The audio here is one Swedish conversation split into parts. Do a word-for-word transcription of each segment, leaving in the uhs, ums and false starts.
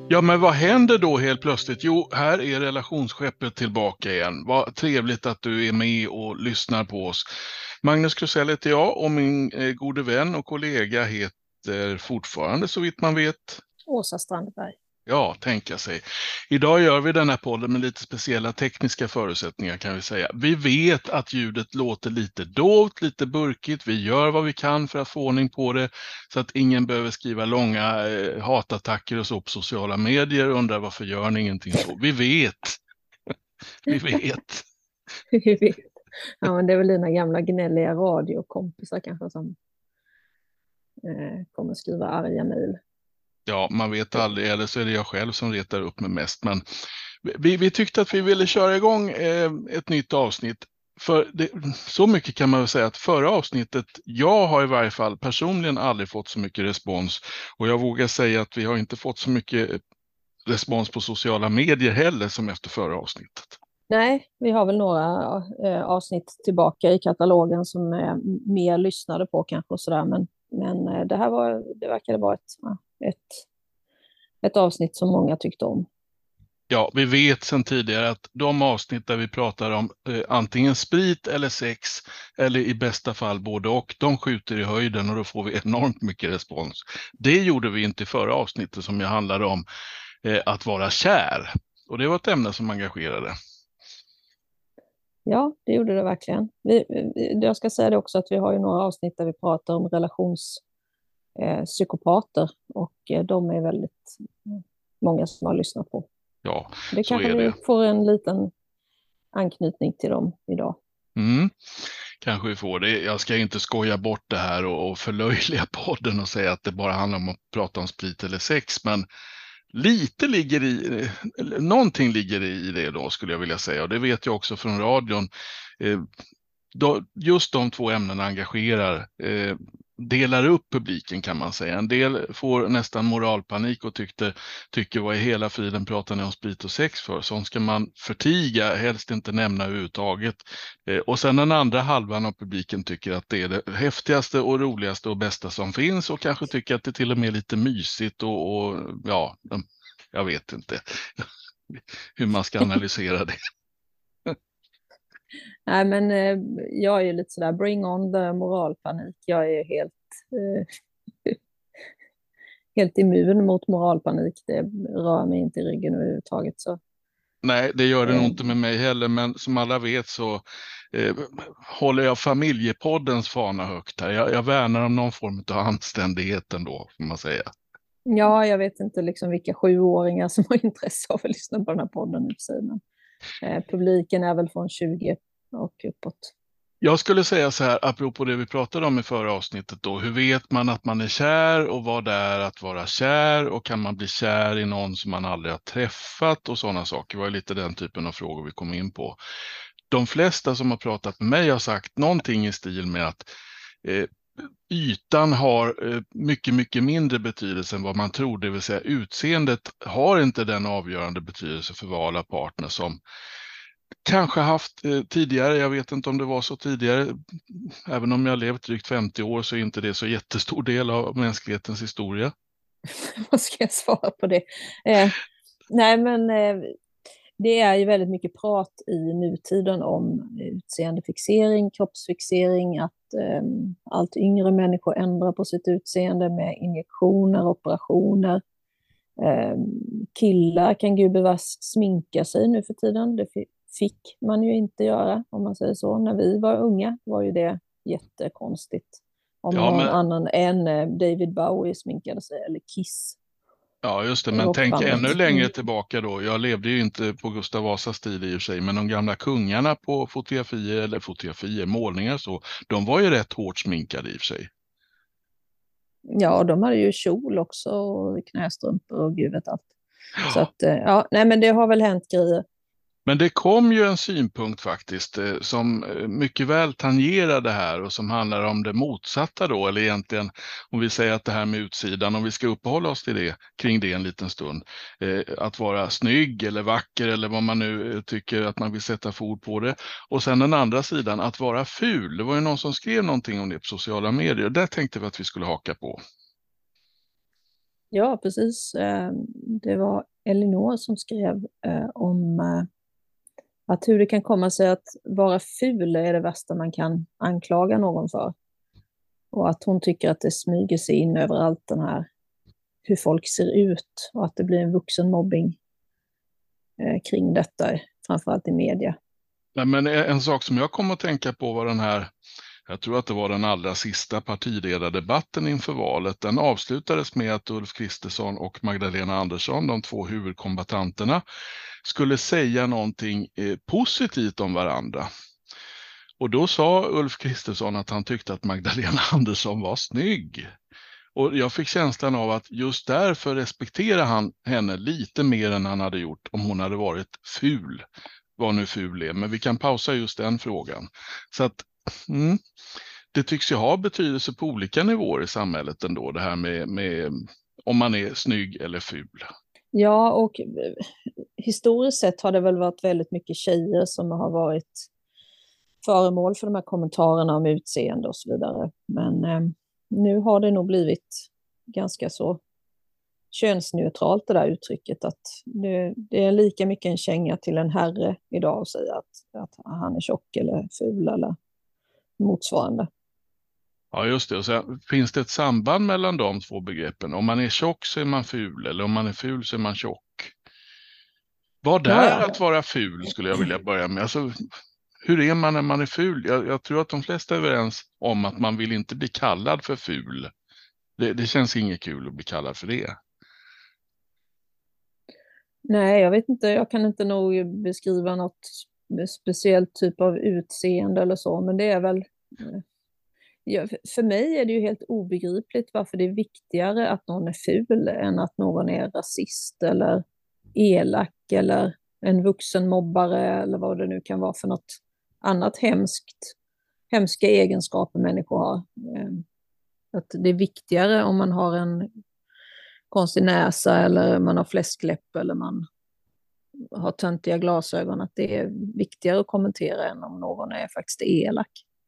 Ja, men vad händer då helt plötsligt? Jo, här är relationsskeppet tillbaka igen. Vad trevligt att du är med och lyssnar på oss. Magnus Krusell heter jag och min eh, gode vän och kollega heter fortfarande, så vitt man vet. Åsa Strandberg. Ja, tänka sig. Idag gör vi den här podden med lite speciella tekniska förutsättningar kan vi säga. Vi vet att ljudet låter lite dovt, lite burkigt. Vi gör vad vi kan för att få ordning på det så att ingen behöver skriva långa eh, hatattacker och så på sociala medier och undrar varför gör ni ingenting så. Vi vet. Vi vet. Vi vet. Ja, men det är väl dina gamla gnälliga radiokompisar kanske som eh, kommer skriva arga mejl. Ja, man vet aldrig, eller så är det jag själv som retar upp mig mest. Men vi, vi tyckte att vi ville köra igång eh, ett nytt avsnitt. För det, så mycket kan man väl säga att förra avsnittet, jag har i varje fall personligen aldrig fått så mycket respons. Och jag vågar säga att vi har inte fått så mycket respons på sociala medier heller som efter förra avsnittet. Nej, vi har väl några eh, avsnitt tillbaka i katalogen som är mer lyssnade på kanske och sådär. Men, men eh, det här var, det verkade vara ett, ett, ett avsnitt som många tyckte om. Ja, vi vet sedan tidigare att de avsnitt där vi pratar om eh, antingen sprit eller sex eller i bästa fall både och, de skjuter i höjden och då får vi enormt mycket respons. Det gjorde vi inte i förra avsnittet som jag handlade om eh, att vara kär. Och det var ett ämne som engagerade. Ja, det gjorde det verkligen. Vi, jag ska säga det också att vi har ju några avsnitt där vi pratar om relationspsykopater och eh, de är väldigt många som har lyssnat på. Ja, Det så kanske är vi det. får en liten anknytning till dem idag. Mm. Kanske vi får det. Jag ska inte skoja bort det här och, och förlöjliga podden och säga att det bara handlar om att prata om sprit eller sex, men lite ligger i, någonting ligger i det då skulle jag vilja säga, och det vet jag också från radion. Eh, då, just de två ämnena engagerar, eh, delar upp publiken kan man säga. En del får nästan moralpanik och tyckte, tycker vad i hela friden pratar ni om sprit och sex för? Sånt ska man förtiga, helst inte nämna överhuvudtaget. Eh, och sen den andra halvan av publiken tycker att det är det häftigaste och roligaste och bästa som finns och kanske tycker att det till och med är lite mysigt och, och ja, jag vet inte hur man ska analysera det. Nej, men eh, jag är ju lite sådär, bring on the moralpanik. Jag är helt, eh, helt immun mot moralpanik. Det rör mig inte i ryggen överhuvudtaget. Så. Nej, det gör det nog Eh, inte med mig heller, men som alla vet så eh, håller jag familjepoddens fana högt här. Jag, jag värnar om någon form av anständighet ändå, får man säga. ja, jag vet inte liksom vilka sjuåringar som har intresse av att lyssna på den här podden i sig, men eh, publiken är väl från tjugo och uppåt. Jag skulle säga så här, apropå det vi pratade om i förra avsnittet då, hur vet man att man är kär och vad det är att vara kär och kan man bli kär i någon som man aldrig har träffat och sådana saker. Det var ju lite den typen av frågor vi kom in på. De flesta som har pratat med mig har sagt någonting i stil med att eh, ytan har eh, mycket, mycket mindre betydelse än vad man tror, det vill säga utseendet har inte den avgörande betydelse för val av partner som kanske haft eh, tidigare. Jag vet inte om det var så tidigare. Även om jag har levt drygt femtio år så är inte det så jättestor del av mänsklighetens historia. Vad ska jag svara på det? Eh, nej, men eh, det är ju väldigt mycket prat i nutiden om utseendefixering, kroppsfixering, att eh, allt yngre människor ändrar på sitt utseende med injektioner, operationer. Eh, killar kan gubevars sminka sig nu för tiden. Det fick man ju inte göra, om man säger så. När vi var unga var ju det jättekonstigt. Om Ja, någon men, annan än eh, David Bowie sminkade sig, eller Kiss, ja, just det. Men tänk rockbandet. ännu längre Mm. tillbaka då. Jag levde ju inte på Gustav Vasas tid i och för sig, men de gamla kungarna på fotografier eller fotografier, målningar så, de var ju rätt hårt sminkade i och för sig. Ja, de hade ju kjol också och knästrumpor och gud vet allt. Så att, eh, ja, nej men det har väl hänt grejer. Men det kom ju en synpunkt faktiskt eh, som eh, mycket väl tangerar det här och som handlar om det motsatta då, eller egentligen om vi säger att det här med utsidan, om vi ska uppehålla oss till det, kring det en liten stund, eh, att vara snygg eller vacker eller vad man nu eh, tycker att man vill sätta fot på det. Och sen den andra sidan, att vara ful. Det var ju någon som skrev någonting om det på sociala medier och där tänkte vi att vi skulle haka på. Ja, precis. Eh, Det var Elinor som skrev eh, om eh, att hur det kan komma sig att vara ful är det värsta man kan anklaga någon för. Och att hon tycker att det smyger sig in överallt, den här hur folk ser ut, och att det blir en vuxenmobbing eh, kring detta, framförallt i media. Nej, men en sak som jag kom att tänka på var den här, jag tror att det var den allra sista partiledardebatten inför valet. Den avslutades med att Ulf Kristersson och Magdalena Andersson, de två huvudkombatanterna, skulle säga någonting eh, positivt om varandra. Och då sa Ulf Kristersson att han tyckte att Magdalena Andersson var snygg. Och jag fick känslan av att just därför respekterar han henne lite mer än han hade gjort om hon hade varit ful. Vad nu ful är, men vi kan pausa just den frågan. Så att mm, det tycks ju ha betydelse på olika nivåer i samhället ändå, det här med, med om man är snygg eller ful. Ja, och historiskt sett har det väl varit väldigt mycket tjejer som har varit föremål för de här kommentarerna om utseende och så vidare. Men eh, nu har det nog blivit ganska så könsneutralt, det där uttrycket, att det, det är lika mycket en känga till en herre idag att säga att, att han är tjock eller ful eller motsvarande. Ja, just det. Och sen, finns det ett samband mellan de två begreppen? Om man är tjock så är man ful, eller om man är ful så är man tjock. Vad är Ja, ja. att vara ful, skulle jag vilja börja med. Alltså, hur är man när man är ful? Jag, jag tror att de flesta är överens om att man vill inte bli kallad för ful. Det, det känns inget kul att bli kallad för det. Nej, jag vet inte. Jag kan inte nog beskriva något speciellt typ av utseende eller så, men det är väl... Ja, för mig är det ju helt obegripligt varför det är viktigare att någon är ful än att någon är rasist eller elak eller en vuxen mobbare eller vad det nu kan vara för något annat hemskt, hemska egenskaper människor har. Att det är viktigare om man har en konstig näsa eller man har fläskläpp eller man har töntiga glasögon, att det är viktigare att kommentera än om någon är faktiskt elak.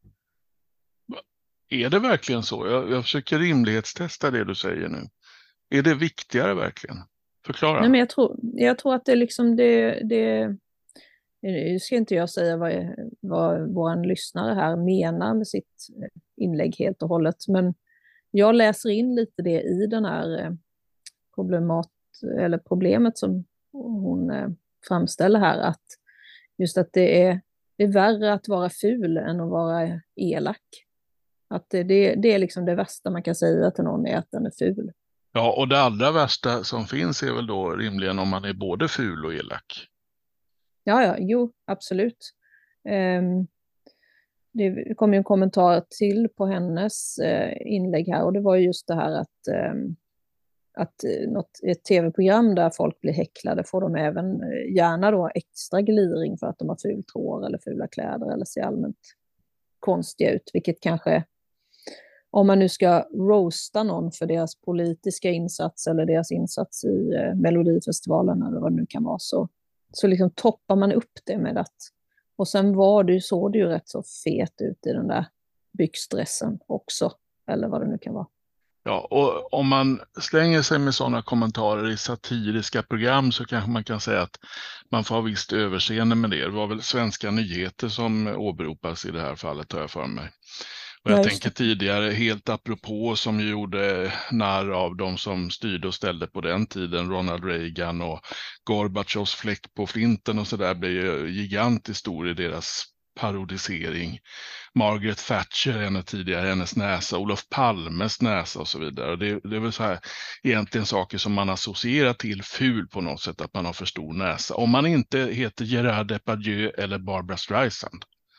Är det verkligen så? Jag, jag försöker rimlighetstesta det du säger nu. Är det viktigare verkligen? Förklara. Nej, men jag tror, jag tror att det liksom det, det nu ska inte jag säga vad, vad vår lyssnare här menar med sitt inlägg helt och hållet, men jag läser in lite det i den här problemat, eller problemet som hon framställer här, att just att det är, det är värre att vara ful än att vara elak. Att det, det, det är liksom det värsta man kan säga till någon, är att den är ful. Ja, och det allra värsta som finns är väl då rimligen om man är både ful och elak. Ja, ja, jo, absolut. Um, det kom ju en kommentar till på hennes uh, inlägg här, och det var just det här att, um, att något, ett tv-program där folk blir häcklade får de även uh, gärna då extra gliring för att de har fult hår eller fula kläder eller ser allmänt konstiga ut, vilket kanske, om man nu ska roasta någon för deras politiska insats eller deras insats i uh, Melodifestivalen eller vad det nu kan vara, så Så liksom toppar man upp det med att, och sen var det ju, såg det ju rätt så fet ut i den där byxdressen också, eller vad det nu kan vara. Ja, och om man slänger sig med sådana kommentarer i satiriska program så kanske man kan säga att man får ha visst överseende med det. Det var väl Svenska nyheter som åberopas i det här fallet, har jag för mig. Och jag Ja, tänker tidigare, helt apropå, som gjorde narr av de som styrde och ställde på den tiden, Ronald Reagan och Gorbatjovs fläck på flinten och sådär, blev ju gigantiskt stor i deras parodisering. Margaret Thatcher, henne tidigare, hennes näsa, Olof Palmes näsa och så vidare. Det, det är väl så här egentligen saker som man associerar till ful på något sätt, att man har för stor näsa. Om man inte heter Gerard Depardieu eller Barbra Streisand.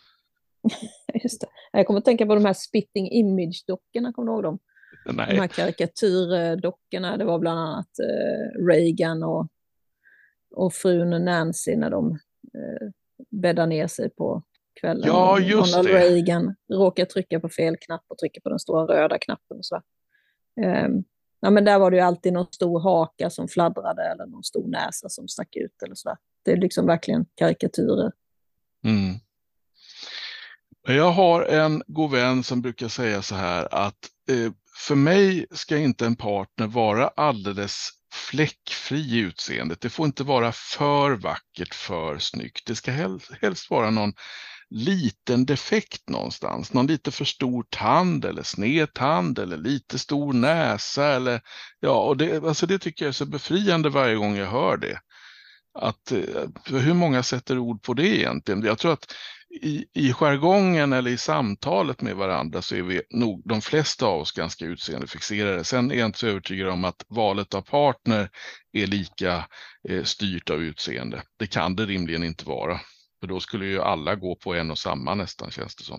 Just det. Jag kommer att tänka på de här spitting image-dockorna, kommer du ihåg dem? Nej. De här karikatyrdockorna, det var bland annat eh, Reagan och, och frun Nancy när de eh, bäddade ner sig på kvällen. Ja, just Ronald det. Reagan råkade trycka på fel knapp och trycka på den stora röda knappen. Och så. Um, ja, men där var det ju alltid någon stor haka som fladdrade eller någon stor näsa som stack ut eller så. Det är liksom verkligen karikatyrer. Mm. Jag har en god vän som brukar säga så här att eh, för mig ska inte en partner vara alldeles fläckfri i utseendet. Det får inte vara för vackert, för snyggt. Det ska helst, helst vara någon liten defekt någonstans. Någon lite för stor tand eller sned tand eller lite stor näsa. Eller, ja, och det, alltså det tycker jag är så befriande varje gång jag hör det. Att, för hur många sätter ord på det egentligen? Jag tror att i, i jargongen eller i samtalet med varandra så är vi nog de flesta av oss ganska utseendefixerade. Sen är jag inte så övertygad om att valet av partner är lika eh, styrt av utseende. Det kan det rimligen inte vara. För då skulle ju alla gå på en och samma nästan, känns det som.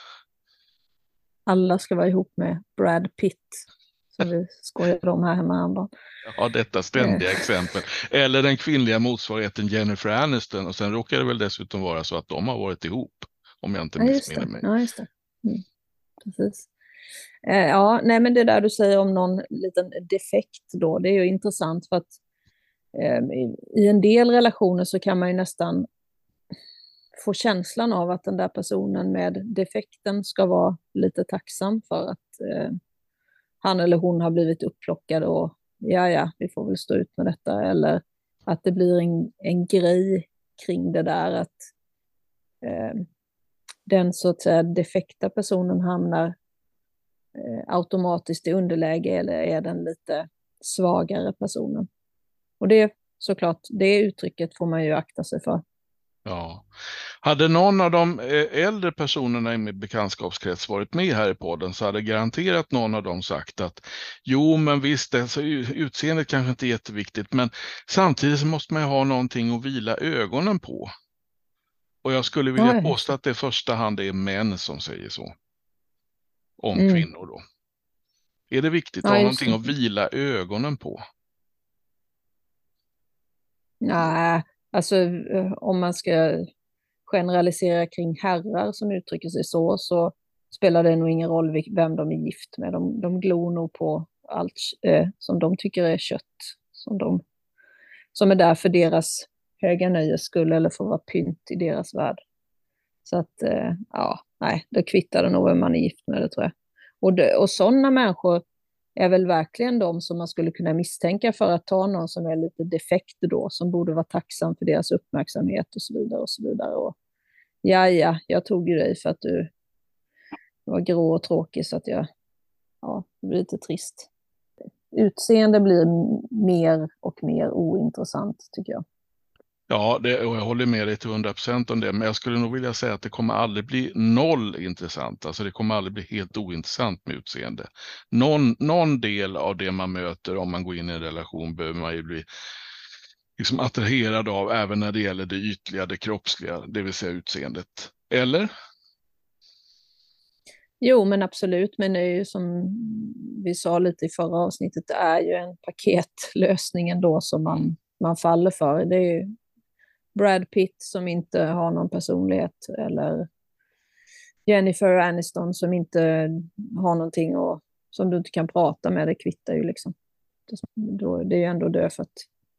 Alla ska vara ihop med Brad Pitt, som vi skojade om här hemma häromdagen. Ja, detta ständiga Eh. exempel. Eller den kvinnliga motsvarigheten Jennifer Aniston. Och sen råkar det väl dessutom vara så att de har varit ihop. Om jag inte Ja, just missminner det. mig. Ja, just det. Mm. Precis. Eh, ja, nej, men det där du säger om någon liten defekt då, det är ju intressant för att eh, i, i en del relationer så kan man ju nästan få känslan av att den där personen med defekten ska vara lite tacksam för att eh, han eller hon har blivit upplockad och ja, ja, vi får väl stå ut med detta. Eller att det blir en, en grej kring det där att eh, den så att säga defekta personen hamnar eh, automatiskt i underläge, eller är den lite svagare personen. Och det såklart, det uttrycket får man ju akta sig för. Ja. Hade någon av de äldre personerna i min bekantskapskrets varit med här i podden så hade garanterat någon av dem sagt att jo, men visst, alltså, utseendet kanske inte är jätteviktigt, men samtidigt så måste man ju ha någonting att vila ögonen på. Och jag skulle vilja Ja, påstå att det i första hand är män som säger så. Om mm. kvinnor då. Är det viktigt att Ja, ha just någonting det. att vila ögonen på? Nej, alltså eh, om man ska generalisera kring herrar som uttrycker sig så, så spelar det nog ingen roll vil- vem de är gift med. De, de glor nog på allt eh, som de tycker är kött, som, de, som är där för deras höga nöjes skull eller för att vara pynt i deras värld. Så att, eh, ja, nej, då kvittar det nog vem man är gift med, det tror jag. Och, det, och sådana människor är väl verkligen de som man skulle kunna misstänka för att ta någon som är lite defekt då, som borde vara tacksam för deras uppmärksamhet och så vidare och så vidare. Och ja, ja, jag tog ju dig för att du var grå och tråkig så att jag, ja, det blir lite trist. Utseende blir mer och mer ointressant, tycker jag. Ja, det, och jag håller med dig till hundra procent om det, men jag skulle nog vilja säga att det kommer aldrig bli noll intressant. Alltså det kommer aldrig bli helt ointressant med utseende. Någon, någon del av det man möter om man går in i en relation behöver man ju bli liksom attraherad av, även när det gäller det ytliga, det kroppsliga, det vill säga utseendet. Eller? Jo, men absolut. Men det är ju som vi sa lite i förra avsnittet, det är ju en paketlösning ändå som man, man faller för. Det är ju Brad Pitt som inte har någon personlighet, eller Jennifer Aniston som inte har någonting och som du inte kan prata med. Det kvittar ju liksom. Det är ju ändå dödfött.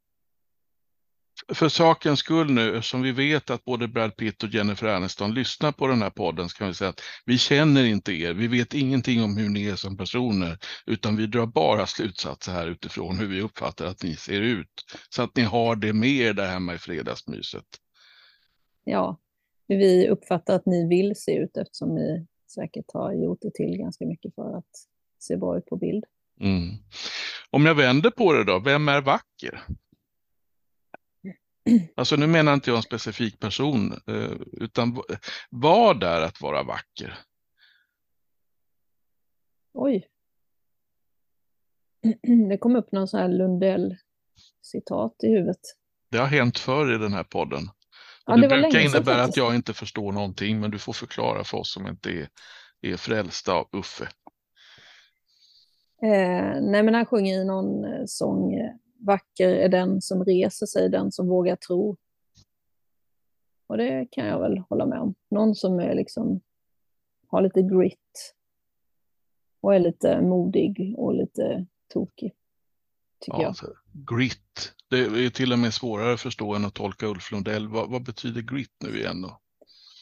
För sakens skull nu, som vi vet att både Brad Pitt och Jennifer Aniston lyssnar på den här podden, så kan vi säga att vi känner inte er, vi vet ingenting om hur ni är som personer, utan vi drar bara slutsatser här utifrån hur vi uppfattar att ni ser ut, så att ni har det med er där hemma i fredagsmyset. Ja, vi uppfattar att ni vill se ut eftersom ni säkert har gjort det till ganska mycket för att se bra ut på bild. Mm. Om jag vänder på det då, vem är vacker? Alltså nu menar inte jag en specifik person, utan vad är att vara vacker? Oj. Det kom upp någon sån här Lundell-citat i huvudet. Det har hänt förr i den här podden. Och Ja, det, det var brukar länge sedan innebära faktiskt. att jag inte förstår någonting, men du får förklara för oss som inte är, är frälsta av Uffe. Eh, nej, men han sjunger i någon eh, sång, eh, vacker är den som reser sig, den som vågar tro. Och det kan jag väl hålla med om. Någon som är liksom, har lite grit och är lite modig och lite tokig, tycker Ja, jag. så, grit. Det är till och med svårare att förstå än att tolka Ulf Lundell. Vad, vad betyder grit nu igen då?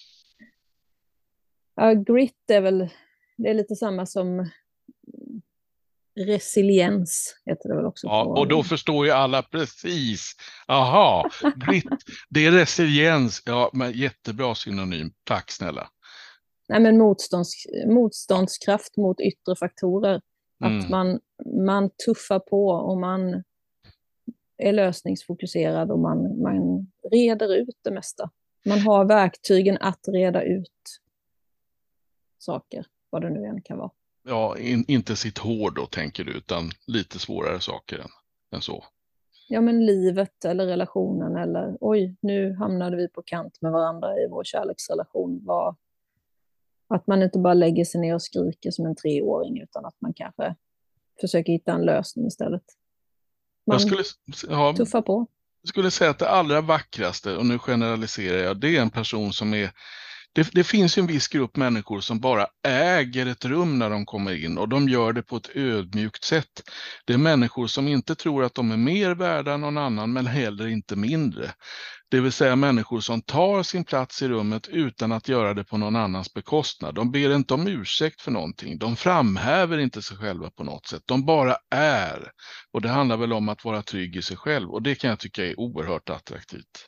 Ja, grit är väl, det är lite samma som resiliens heter det väl också Ja, på. och då förstår ju alla precis. Aha, grit, det är resiliens. Ja, men jättebra synonym. Tack snälla. Nej, men motstånds, motståndskraft mot yttre faktorer. Att Mm. man, man tuffar på och man är lösningsfokuserad och man, man reder ut det mesta. Man har verktygen att reda ut saker, vad det nu än kan vara. Ja, in, inte sitt hår då tänker du, utan lite svårare saker än, än så. Ja, men livet eller relationen eller oj, nu hamnade vi på kant med varandra i vår kärleksrelation. Var, att man inte bara lägger sig ner och skriker som en treåring utan att man kanske försöker hitta en lösning istället. Man Jag skulle, ja, tuffar på. jag skulle säga att det allra vackraste, och nu generaliserar jag, det är en person som är... Det, det finns ju en viss grupp människor som bara äger ett rum när de kommer in och de gör det på ett ödmjukt sätt. Det är människor som inte tror att de är mer värda än någon annan men heller inte mindre. Det vill säga människor som tar sin plats i rummet utan att göra det på någon annans bekostnad. De ber inte om ursäkt för någonting. De framhäver inte sig själva på något sätt. De bara är. Och det handlar väl om att vara trygg i sig själv och det kan jag tycka är oerhört attraktivt.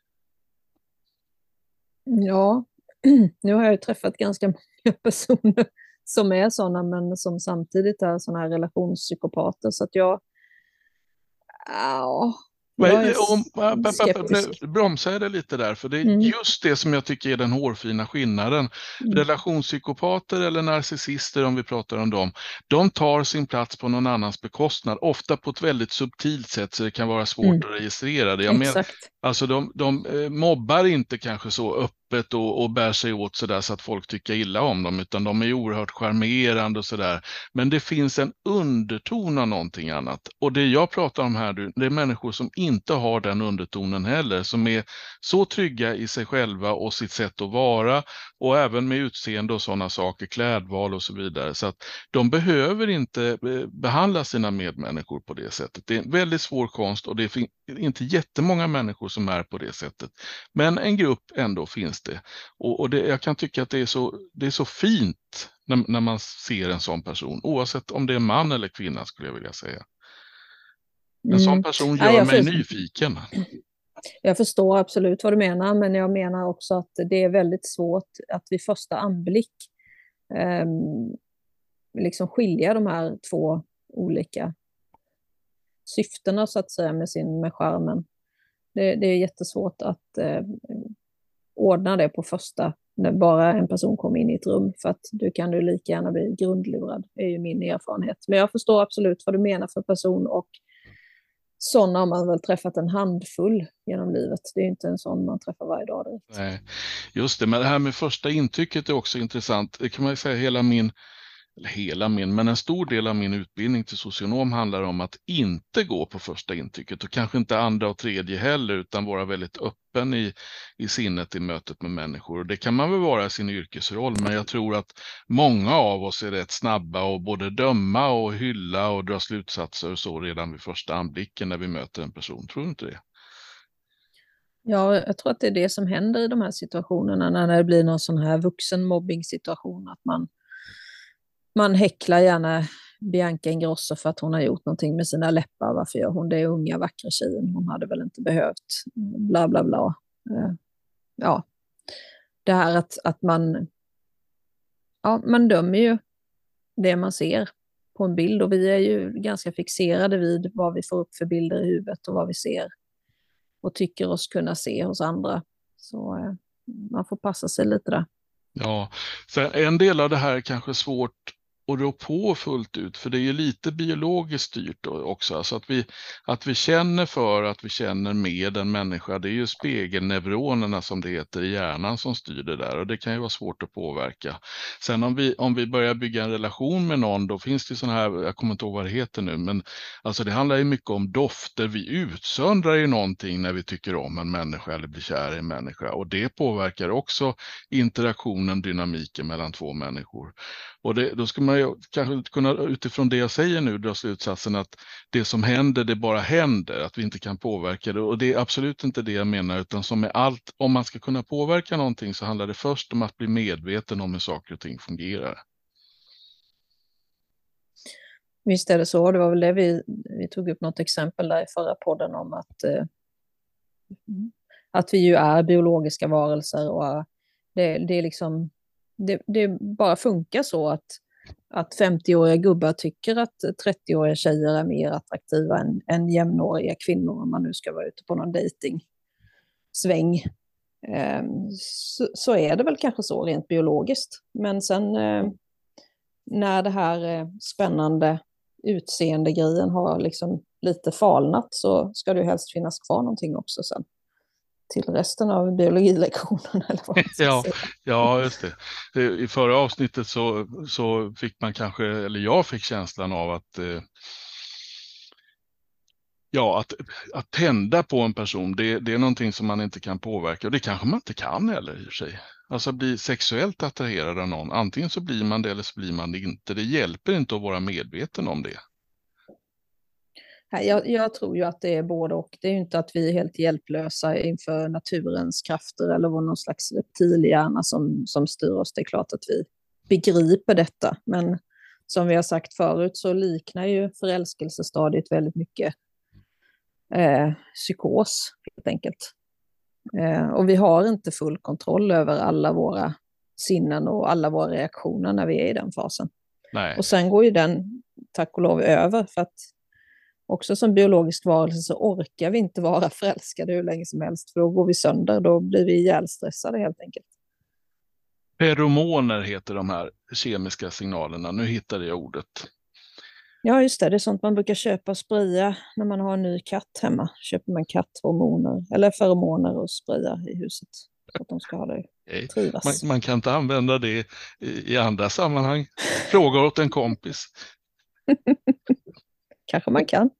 Ja, nu har jag ju träffat ganska många personer som är sådana men som samtidigt är sådana här relationspsykopater så att jag, ja, jag är Om, skeptisk. bromsa det lite där, för det är Mm. just det som jag tycker är den hårfina skillnaden. Mm. Relationspsykopater eller narcissister, om vi pratar om dem, de tar sin plats på någon annans bekostnad, ofta på ett väldigt subtilt sätt så det kan vara svårt Mm. att registrera det. Jag men, Exakt. alltså de, de eh, mobbar inte kanske så öppet och, och bär sig åt så där så att folk tycker illa om dem, utan de är oerhört charmerande och sådär. Men det finns en underton av någonting annat. Och det jag pratar om här, det är människor som inte har den undertonen heller, som är så trygga i sig själva och sitt sätt att vara och även med utseende och sådana saker, klädval och så vidare. Så att de behöver inte behandla sina medmänniskor på det sättet. Det är en väldigt svår konst och det är inte jättemånga människor som är på det sättet. Men en grupp ändå finns det. Och, och det, jag kan tycka att det är så, det är så fint när, när man ser en sån person, oavsett om det är man eller kvinna skulle jag vilja säga. En sån Mm. person gör ja, mig för... nyfiken. Jag förstår absolut vad du menar, men jag menar också att det är väldigt svårt att vid första anblick eh, liksom skilja de här två olika syftena så att säga med, sin, med skärmen. Det, det är jättesvårt att eh, ordna det på första, när bara en person kommer in i ett rum, för att du kan du lika gärna bli grundlurad, det är ju min erfarenhet. Men jag förstår absolut vad du menar för person, och sådana har man väl träffat en handfull genom livet. Det är inte en sån man träffar varje dag direkt. Nej, just det, men det här med första intrycket är också intressant. Det kan man ju säga hela min, eller hela min, men en stor del av min utbildning till socionom handlar om att inte gå på första intrycket och kanske inte andra och tredje heller, utan vara väldigt öppen i, i sinnet i mötet med människor. Och det kan man väl vara i sin yrkesroll, men jag tror att många av oss är rätt snabba och både döma och hylla och dra slutsatser och så redan vid första anblicken när vi möter en person. Tror du inte det? Ja, jag tror att det är det som händer i de här situationerna när det blir någon sån här vuxenmobbing-situation, att man Man häcklar gärna Bianca Ingrosso för att hon har gjort någonting med sina läppar. Varför gör hon det, unga vackra tjejen? Hon hade väl inte behövt bla bla bla. Ja, det här att, att man, ja, man dömer ju det man ser på en bild. Och vi är ju ganska fixerade vid vad vi får upp för bilder i huvudet och vad vi ser och tycker oss kunna se hos andra. Så man får passa sig lite där. Ja, så en del av det här är kanske svårt att rå på fullt ut, för det är ju lite biologiskt styrt också. Alltså att vi, att vi känner för, att vi känner med en människa, det är ju spegelneuronerna som det heter i hjärnan som styr det där, och det kan ju vara svårt att påverka. Sen om vi, om vi börjar bygga en relation med någon, då finns det sådana här, jag kommer inte ihåg vad det heter nu, men alltså det handlar ju mycket om dofter. Vi utsöndrar ju någonting när vi tycker om en människa eller blir kär i en människa, och det påverkar också interaktionen, dynamiken mellan två människor. Och det, då ska man ju kanske kunna utifrån det jag säger nu dra slutsatsen att det som händer, det bara händer, att vi inte kan påverka det. Och det är absolut inte det jag menar, utan som med allt, om man ska kunna påverka någonting så handlar det först om att bli medveten om hur saker och ting fungerar. Visst är det så. Det var väl det vi, vi tog upp något exempel där i förra podden om att, eh, att vi ju är biologiska varelser och det, det är liksom, det, det bara funkar så att, att femtio-åriga gubbar tycker att trettio-åriga tjejer är mer attraktiva än, än jämnåriga kvinnor, om man nu ska vara ute på någon dejtingsväng. Eh, så, så är det väl kanske så rent biologiskt. Men sen eh, när det här eh, spännande utseendegrejen har liksom lite falnat, så ska det helst finnas kvar någonting också sen till resten av biologilektionen. Eller vad man ska Ja, säga. ja, just det. I förra avsnittet så, så fick man kanske, eller jag fick känslan av att eh, ja, att, att tända på en person, det, det är någonting som man inte kan påverka, och det kanske man inte kan heller i och för sig. Alltså bli sexuellt attraherad av någon, antingen så blir man det eller så blir man det inte. Det hjälper inte att vara medveten om det. Jag, jag tror ju att det är både och. Det är ju inte att vi är helt hjälplösa inför naturens krafter eller någon slags reptilhjärna som, som styr oss. Det är klart att vi begriper detta. Men som vi har sagt förut så liknar ju förälskelsestadiet väldigt mycket eh, psykos helt enkelt. Eh, och vi har inte full kontroll över alla våra sinnen och alla våra reaktioner när vi är i den fasen. Nej. Och sen går ju den, tack och lov, över, för att också som biologisk varelse så orkar vi inte vara förälskade hur länge som helst, för då går vi sönder, då blir vi ihjälstressade helt enkelt. Feromoner heter de här kemiska signalerna, nu hittade jag ordet. Ja just det, det är sånt man brukar köpa och spraya när man har en ny katt hemma. Köper man katthormoner eller feromoner och sprayar i huset så att de ska ha det, trivas. Man, man kan inte använda det i, i andra sammanhang. Fråga åt en kompis. Kanske man kan.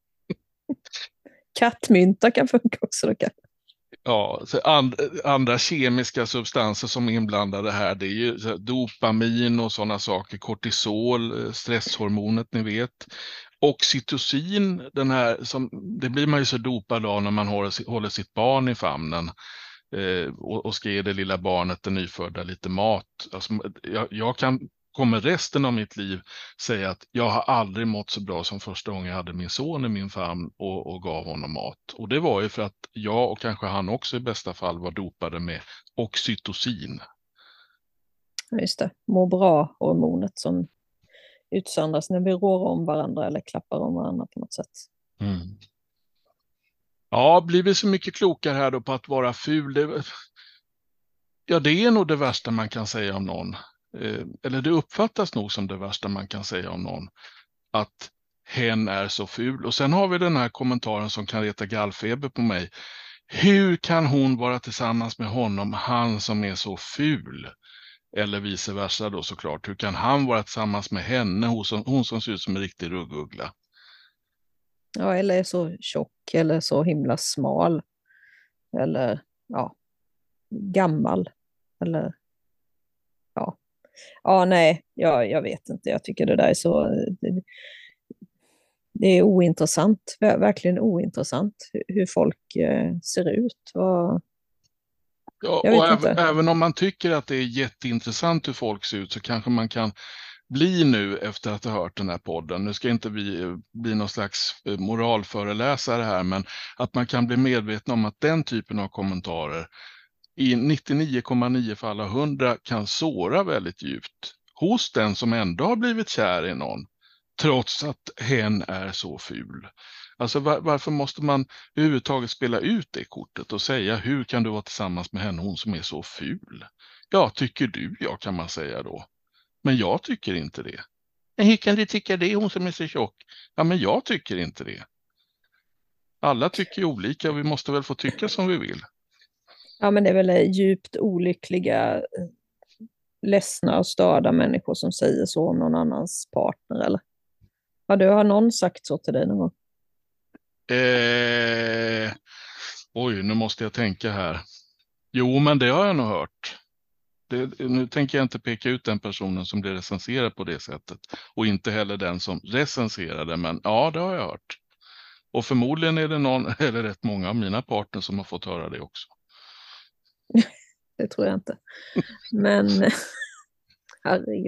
Kattmynta kan funka också. Då kan. Ja, så and, andra kemiska substanser som är inblandade här, det är ju så här, dopamin och sådana saker, kortisol, stresshormonet ni vet. Oxytocin, den här, som, det blir man ju så dopad av när man håller, håller sitt barn i famnen eh, och, och ska ge det lilla barnet, det nyfödda, lite mat. Alltså, jag, jag kan kommer resten av mitt liv säga att jag har aldrig mått så bra som första gången jag hade min son i min famn och, och gav honom mat. Och det var ju för att jag och kanske han också i bästa fall var dopade med oxytocin. Just det, må bra-hormonet som utsöndras när vi rår om varandra eller klappar om varandra på något sätt. Mm. Ja, blir vi så mycket klokare här då på att vara ful? Det, ja, det är nog det värsta man kan säga om någon. Eller det uppfattas nog som det värsta man kan säga om någon, att hen är så ful. Och sen har vi den här kommentaren som kan reta gallfeber på mig. Hur kan hon vara tillsammans med honom, han som är så ful? Eller vice versa då såklart. Hur kan han vara tillsammans med henne, hon som, hon som ser ut som en riktig rugguggla? Ja, eller är så tjock eller så himla smal. Eller ja, gammal. Eller ja. Ja, nej, jag, jag vet inte. Jag tycker det där är så... Det, det är ointressant, verkligen ointressant hur folk eh, ser ut. Och, ja, och även, även om man tycker att det är jätteintressant hur folk ser ut, så kanske man kan bli nu efter att ha hört den här podden. Nu ska inte vi bli någon slags moralföreläsare här, men att man kan bli medveten om att den typen av kommentarer i nittionio komma nio fall av hundra kan såra väldigt djupt hos den som ändå har blivit kär i någon, trots att hen är så ful. Alltså var, varför måste man överhuvudtaget spela ut det kortet och säga, hur kan du vara tillsammans med henne, hon som är så ful? Ja, tycker du, ja, kan man säga då. Men jag tycker inte det. Men hur kan du tycka det, hon som är så tjock? Ja, men jag tycker inte det. Alla tycker olika och vi måste väl få tycka som vi vill. Ja, men det är väl djupt olyckliga, ledsna och störda människor som säger så om någon annans partner, eller? Ja, du har någon sagt så till dig någon gång? Eh, oj, nu måste jag tänka här. Jo, men det har jag nog hört. Det, nu tänker jag inte peka ut den personen som blir recenserad på det sättet. Och inte heller den som recenserade, men ja, det har jag hört. Och förmodligen är det någon, eller rätt många av mina partner som har fått höra det också. Det tror jag inte. Men herregud.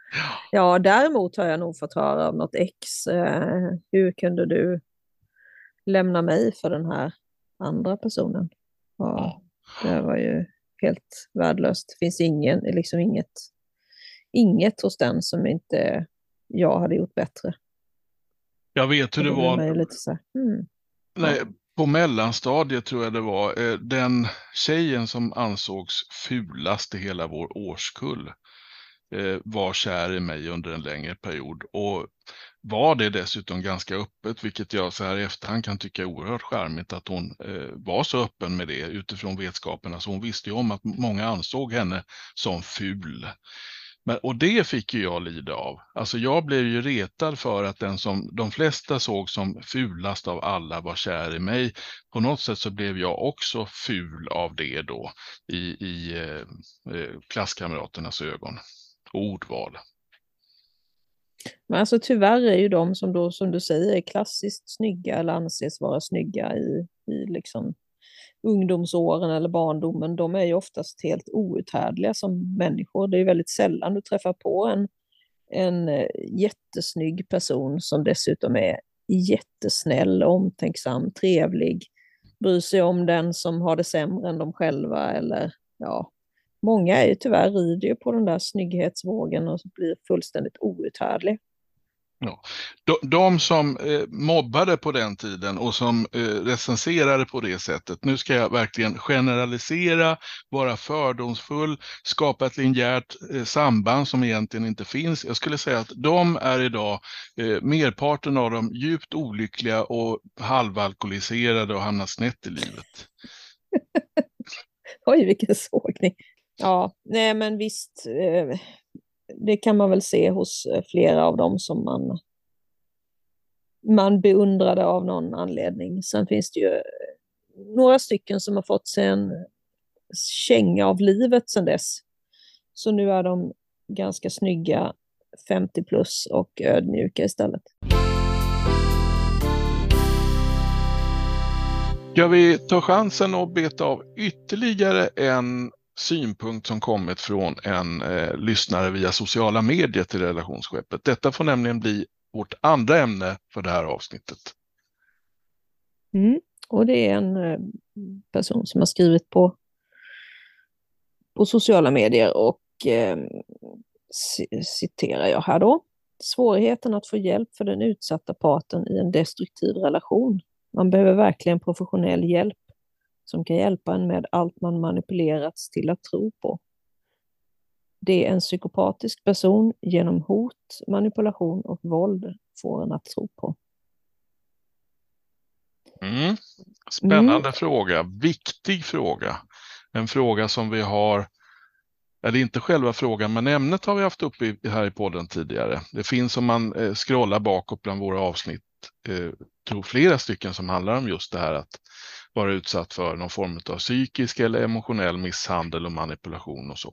Ja, däremot har jag nog fått höra av något ex. Eh, hur kunde du lämna mig för den här andra personen? Ja, Ja. det var ju helt värdelöst. Det finns ingen, liksom inget, inget hos den som inte jag hade gjort bättre. Jag vet hur Och det då blir var. man ju lite så här, hmm, Nej, ja. på mellanstadiet tror jag det var. eh, Den tjejen som ansågs fulast i hela vår årskull eh, var kär i mig under en längre period. Och var det dessutom ganska öppet, vilket jag så här i efterhand kan tycka är oerhört charmigt att hon eh, var så öppen med det utifrån vetskapen. Alltså hon visste ju om att många ansåg henne som ful. Men, och det fick ju jag lida av. Alltså jag blev ju retad för att den som de flesta såg som fulast av alla var kär i mig. På något sätt så blev jag också ful av det då i, i eh, eh, klasskamraternas ögon. Ordval. Men alltså tyvärr är ju de som då, som du säger, är klassiskt snygga eller anses vara snygga i, i liksom ungdomsåren eller barndomen, de är ju oftast helt outhärdliga som människor. Det är väldigt sällan du träffar på en, en eh, jättesnygg person som dessutom är jättesnäll, omtänksam, trevlig, bryr sig om den som har det sämre än de själva. Eller, ja. Många är ju tyvärr rider ju på den där snygghetsvågen och blir fullständigt outhärdliga. Ja. De, de som eh, mobbade på den tiden och som eh, recenserade på det sättet, nu ska jag verkligen generalisera, vara fördomsfull, skapa ett linjärt eh, samband som egentligen inte finns. Jag skulle säga att de är idag, eh, merparten av dem, djupt olyckliga och halvalkoholiserade och hamnar snett i livet. Oj, vilken sågning. Ja, nej men visst, eh, det kan man väl se hos flera av dem som man, man beundrade av någon anledning. Sen finns det ju några stycken som har fått sig en känga av livet sedan dess. Så nu är de ganska snygga, femtio plus och ödmjuka istället. Ska vi ta chansen att beta av ytterligare en synpunkt som kommit från en eh, lyssnare via sociala medier till relationsskeppet. Detta får nämligen bli vårt andra ämne för det här avsnittet. Mm. Och det är en eh, person som har skrivit på, på sociala medier och eh, citerar jag här då. Svårigheten att få hjälp för den utsatta parten i en destruktiv relation. Man behöver verkligen professionell hjälp som kan hjälpa en med allt man manipulerats till att tro på. Det är en psykopatisk person genom hot, manipulation och våld får en att tro på. Mm. Spännande Mm. fråga, viktig fråga. En fråga som vi har, eller inte själva frågan, men ämnet har vi haft uppe i, här i podden tidigare. Det finns, om man eh, scrollar bakåt bland våra avsnitt, eh, tror flera stycken som handlar om just det här att vara utsatt för någon form av psykisk eller emotionell misshandel och manipulation och så.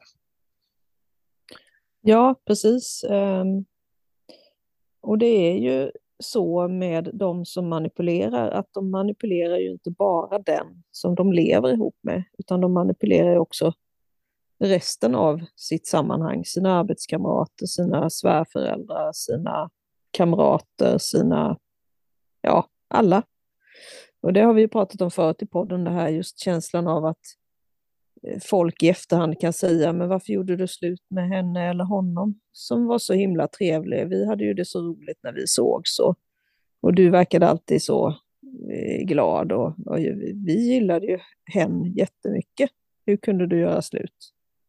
Ja, precis. Um, och det är ju så med de som manipulerar, att de manipulerar ju inte bara den som de lever ihop med, utan de manipulerar också resten av sitt sammanhang, sina arbetskamrater, sina svärföräldrar, sina kamrater, sina, ja, alla. Och det har vi ju pratat om förut i podden, det här just känslan av att folk i efterhand kan säga, men varför gjorde du slut med henne eller honom som var så himla trevlig? Vi hade ju det så roligt när vi sågs och, och du verkade alltid så eh, glad och, och vi gillade ju henne jättemycket. Hur kunde du göra slut?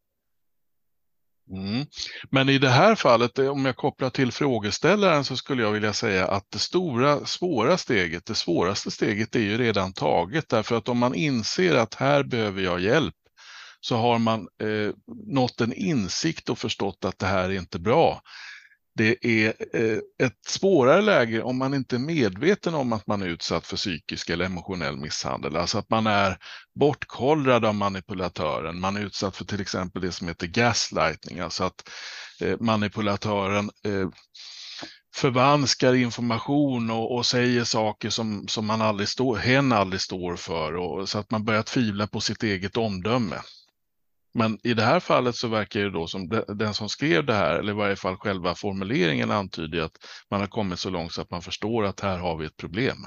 Mm. Men i det här fallet, om jag kopplar till frågeställaren, så skulle jag vilja säga att det stora, svåra steget, det svåraste steget är ju redan taget. Därför att om man inser att här behöver jag hjälp, så har man eh, nått en insikt och förstått att det här är inte bra. Det är eh, ett svårare läge om man inte är medveten om att man är utsatt för psykisk eller emotionell misshandel. Alltså att man är bortkollrad av manipulatören. Man är utsatt för till exempel det som heter gaslighting. Alltså att eh, manipulatören eh, förvanskar information och, och säger saker som, som man aldrig står, hen aldrig står för. Och, så att man börjar tvivla på sitt eget omdöme. Men i det här fallet så verkar det då som den som skrev det här, eller i varje fall själva formuleringen, antyder att man har kommit så långt så att man förstår att här har vi ett problem.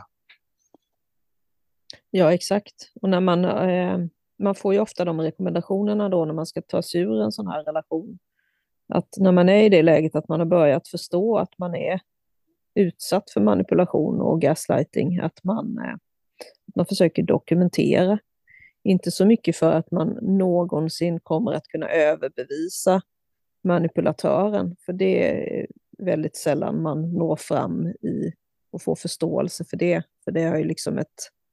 Ja, exakt. Och när man, eh, man får ju ofta de rekommendationerna då när man ska ta sig ur en sån här relation. Att när man är i det läget att man har börjat förstå att man är utsatt för manipulation och gaslighting, att man, eh, man försöker dokumentera. Inte så mycket för att man någonsin kommer att kunna överbevisa manipulatören, för det är väldigt sällan man når fram i och får förståelse för det. För det är ju liksom ett,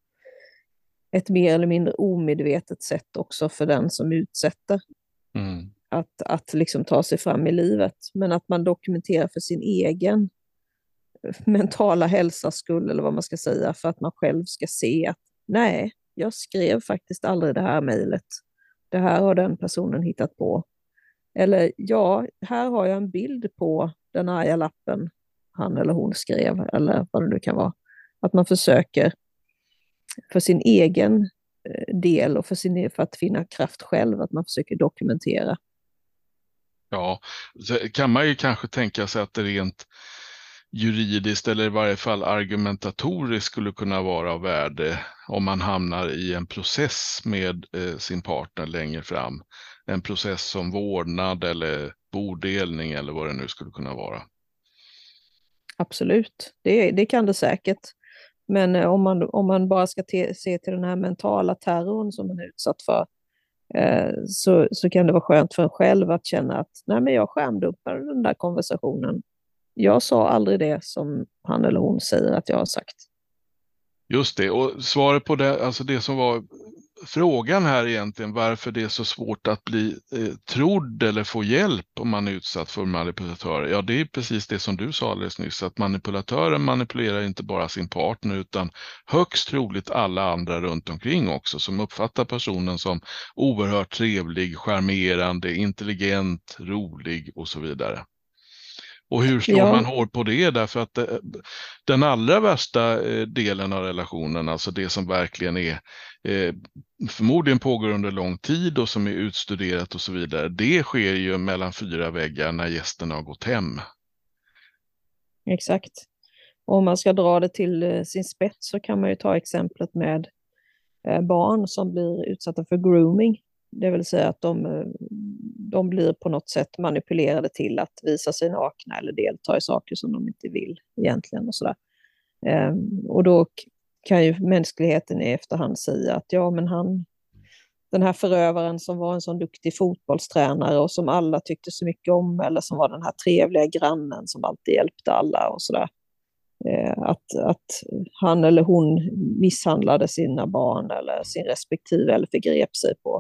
ett mer eller mindre omedvetet sätt också för den som utsätter Mm. att, att liksom ta sig fram i livet. Men att man dokumenterar för sin egen mentala hälsas skull, eller vad man ska säga, för att man själv ska se att nej, jag skrev faktiskt aldrig det här mejlet. Det här har den personen hittat på. Eller ja, här har jag en bild på den arga lappen han eller hon skrev, eller vad det nu kan vara. Att man försöker för sin egen del och för, sin, för att finna kraft själv, att man försöker dokumentera. Ja, så kan man ju kanske tänka sig att det rent juridiskt eller i varje fall argumentatoriskt skulle kunna vara av värde om man hamnar i en process med eh, sin partner längre fram. En process som vårdnad eller bodelning eller vad det nu skulle kunna vara. Absolut, det, det kan det säkert. Men eh, om, man, om man bara ska te, se till den här mentala terrorn som man är utsatt för, eh, så, så kan det vara skönt för en själv att känna att nej, men jag skärmdumpar den där konversationen. Jag sa aldrig det som han eller hon säger att jag har sagt. Just det, och svaret på det, alltså det som var frågan här egentligen, varför det är så svårt att bli eh, trodd eller få hjälp om man är utsatt för manipulatörer. Ja, det är precis det som du sa alldeles nyss, att manipulatören manipulerar inte bara sin partner utan högst troligt alla andra runt omkring också, som uppfattar personen som oerhört trevlig, charmerande, intelligent, rolig och så vidare. Och hur slår Ja. man hårt på det? Därför att det, den allra värsta delen av relationen, alltså det som verkligen är eh, förmodligen pågår under lång tid och som är utstuderat och så vidare, det sker ju mellan fyra väggar när gästerna har gått hem. Exakt. Om man ska dra det till sin spets så kan man ju ta exemplet med barn som blir utsatta för grooming. Det vill säga att de, de blir på något sätt manipulerade till att visa sig nakna eller delta i saker som de inte vill egentligen och sådär. Um, och då kan ju mänskligheten i efterhand säga att ja, men han, den här förövaren som var en sån duktig fotbollstränare och som alla tyckte så mycket om, eller som var den här trevliga grannen som alltid hjälpte alla och sådär. Uh, att, att han eller hon misshandlade sina barn eller sin respektive eller förgrep sig på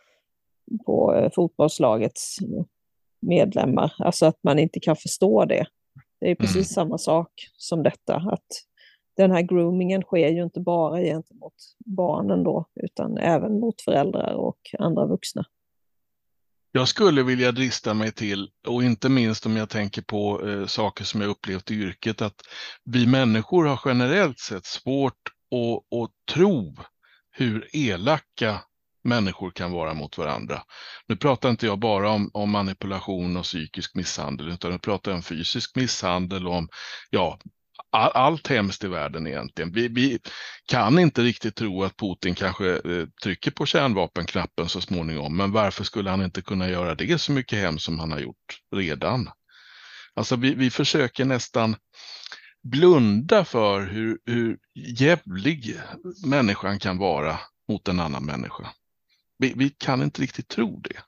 på fotbollslagets medlemmar. Alltså att man inte kan förstå det. Det är precis mm. samma sak som detta. Att den här groomingen sker ju inte bara gentemot barnen då, utan även mot föräldrar och andra vuxna. Jag skulle vilja drista mig till, och inte minst om jag tänker på eh, saker som jag upplevt i yrket, att vi människor har generellt sett svårt att, att tro hur elaka människor kan vara mot varandra. Nu pratar inte jag bara om, om manipulation och psykisk misshandel, utan nu pratar jag om fysisk misshandel och om ja, all, allt hemskt i världen egentligen. Vi, vi kan inte riktigt tro att Putin kanske eh, trycker på kärnvapenknappen så småningom, men varför skulle han inte kunna göra det så mycket hemskt som han har gjort redan? Alltså vi, vi försöker nästan blunda för hur, hur jävlig människan kan vara mot en annan människa. Vi, vi kan inte riktigt tro det.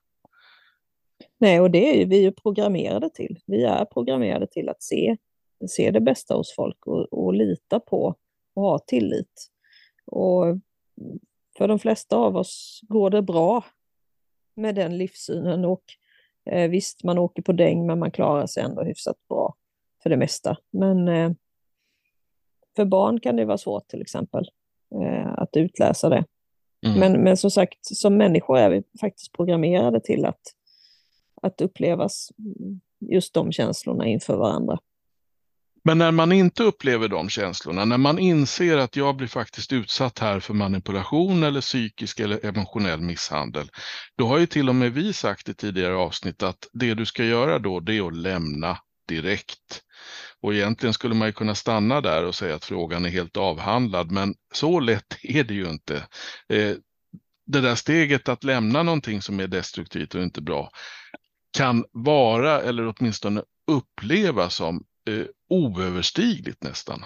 Nej, och det är ju vi är programmerade till. Vi är programmerade till att se, se det bästa hos folk och, och lita på och ha tillit. Och för de flesta av oss går det bra med den livssynen. Och eh, visst, man åker på däng, men man klarar sig ändå hyfsat bra för det mesta. Men eh, för barn kan det vara svårt till exempel eh, att utläsa det. Mm. Men, men som sagt, som människor är vi faktiskt programmerade till att, att upplevas just de känslorna inför varandra. Men när man inte upplever de känslorna, när man inser att jag blir faktiskt utsatt här för manipulation eller psykisk eller emotionell misshandel, då har ju till och med vi sagt i tidigare avsnitt att det du ska göra då, det är att lämna direkt. Och egentligen skulle man ju kunna stanna där och säga att frågan är helt avhandlad, men så lätt är det ju inte. Eh, det där steget att lämna någonting som är destruktivt och inte bra kan vara, eller åtminstone upplevas som eh, oöverstigligt nästan.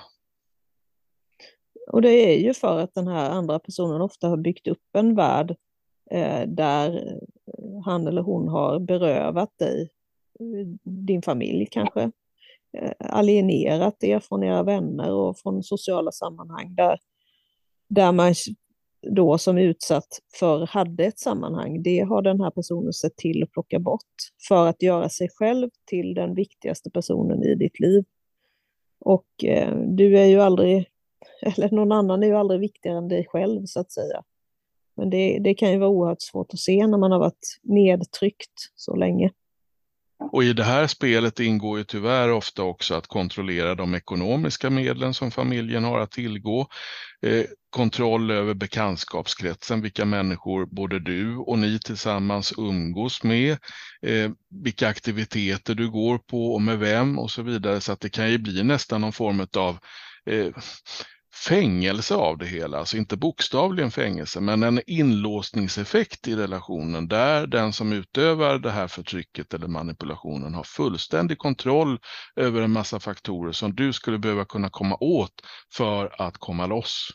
Och det är ju för att den här andra personen ofta har byggt upp en värld eh, där han eller hon har berövat dig, din familj kanske, eh, alienerat er från era vänner och från sociala sammanhang där, där man då som utsatt för hade ett sammanhang. Det har den här personen sett till att plocka bort för att göra sig själv till den viktigaste personen i ditt liv. Och eh, du är ju aldrig, eller någon annan är ju aldrig viktigare än dig själv så att säga. Men det, det kan ju vara oerhört svårt att se när man har varit nedtryckt så länge. Och i det här spelet ingår ju tyvärr ofta också att kontrollera de ekonomiska medlen som familjen har att tillgå. Eh, kontroll över bekantskapskretsen, vilka människor både du och ni tillsammans umgås med. Eh, vilka aktiviteter du går på och med vem och så vidare. Så att det kan ju bli nästan någon form av eh, fängelse av det hela, alltså inte bokstavligen fängelse, men en inlåsningseffekt i relationen där den som utövar det här förtrycket eller manipulationen har fullständig kontroll över en massa faktorer som du skulle behöva kunna komma åt för att komma loss.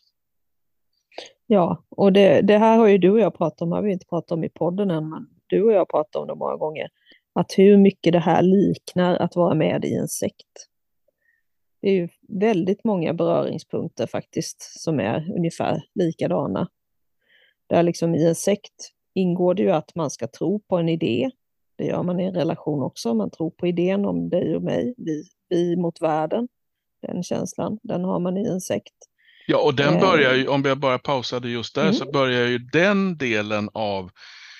Ja, och det, det här har ju du och jag pratat om, har vi inte pratat om i podden än, men du och jag har pratat om det många gånger, att hur mycket det här liknar att vara med i en sekt. Det är ju väldigt många beröringspunkter faktiskt som är ungefär likadana. Där liksom i en sekt ingår det ju att man ska tro på en idé. Det gör man i en relation också. Man tror på idén om dig och mig, vi, vi mot världen. Den känslan, den har man i en sekt. Ja, och den börjar ju, om jag bara pausade just där, mm. så börjar ju den delen av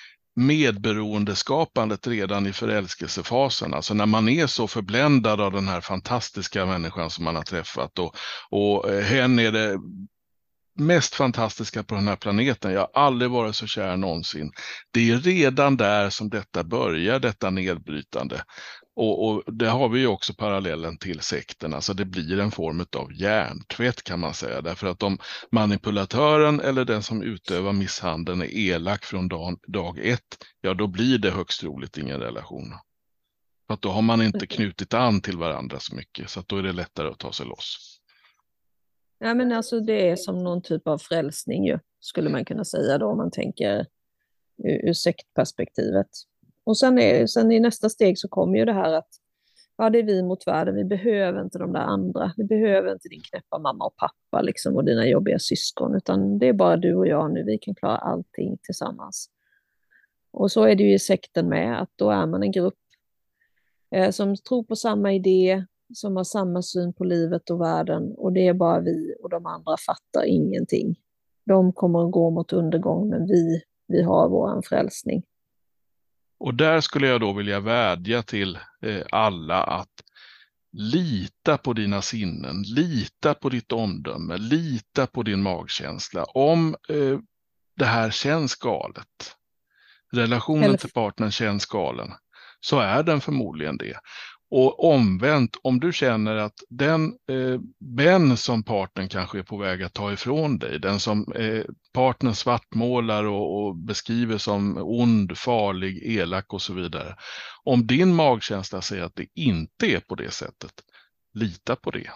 medberoendeskapandet redan i förälskelsefasen. Alltså när man är så förbländad av den här fantastiska människan som man har träffat och, och hen är det mest fantastiska på den här planeten. Jag har aldrig varit så kär någonsin. Det är redan där som detta börjar, detta nedbrytande. Och, och det har vi ju också parallellen till sekten. Alltså det blir en form av hjärntvätt kan man säga. Därför att om manipulatören eller den som utövar misshandeln är elak från dag, dag ett, ja då blir det högst troligt ingen relation. För att då har man inte knutit an till varandra så mycket. Så att då är det lättare att ta sig loss. Ja, men alltså det är som någon typ av frälsning ju, skulle man kunna säga då om man tänker ur, ur sektperspektivet. Och sen, är, sen i nästa steg så kommer ju det här att ja, det är vi mot världen, vi behöver inte de där andra, vi behöver inte din knäppa mamma och pappa liksom, och dina jobbiga syskon, utan det är bara du och jag nu, vi kan klara allting tillsammans. Och så är det ju i sekten med, att då är man en grupp eh, som tror på samma idé, som har samma syn på livet och världen, och det är bara vi och de andra fattar ingenting. De kommer att gå mot undergång, men vi, vi har vår frälsning. Och där skulle jag då vilja vädja till eh, alla att lita på dina sinnen, lita på ditt omdöme, lita på din magkänsla. Om eh, det här känns galet, relationen Eller... till partnern känns galen, så är den förmodligen det. Och omvänt, om du känner att den eh, vän som partnern kanske är på väg att ta ifrån dig, den som eh, partnern svartmålar och, och beskriver som ond, farlig, elak och så vidare. Om din magkänsla säger att det inte är på det sättet, lita på det.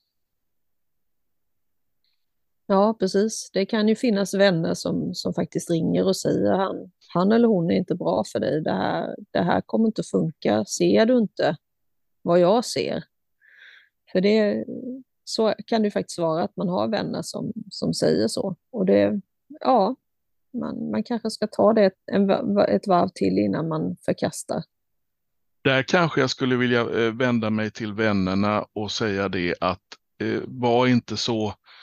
Ja, precis. Det kan ju finnas vänner som, som faktiskt ringer och säger han, han eller hon är inte bra för dig. Det här, det här kommer inte funka. Ser du inte vad jag ser? För det, så kan det ju faktiskt vara att man har vänner som, som säger så. Och det, ja, man, man kanske ska ta det ett, en, ett varv till innan man förkastar. Där kanske jag skulle vilja vända mig till vännerna och säga det att eh, var inte så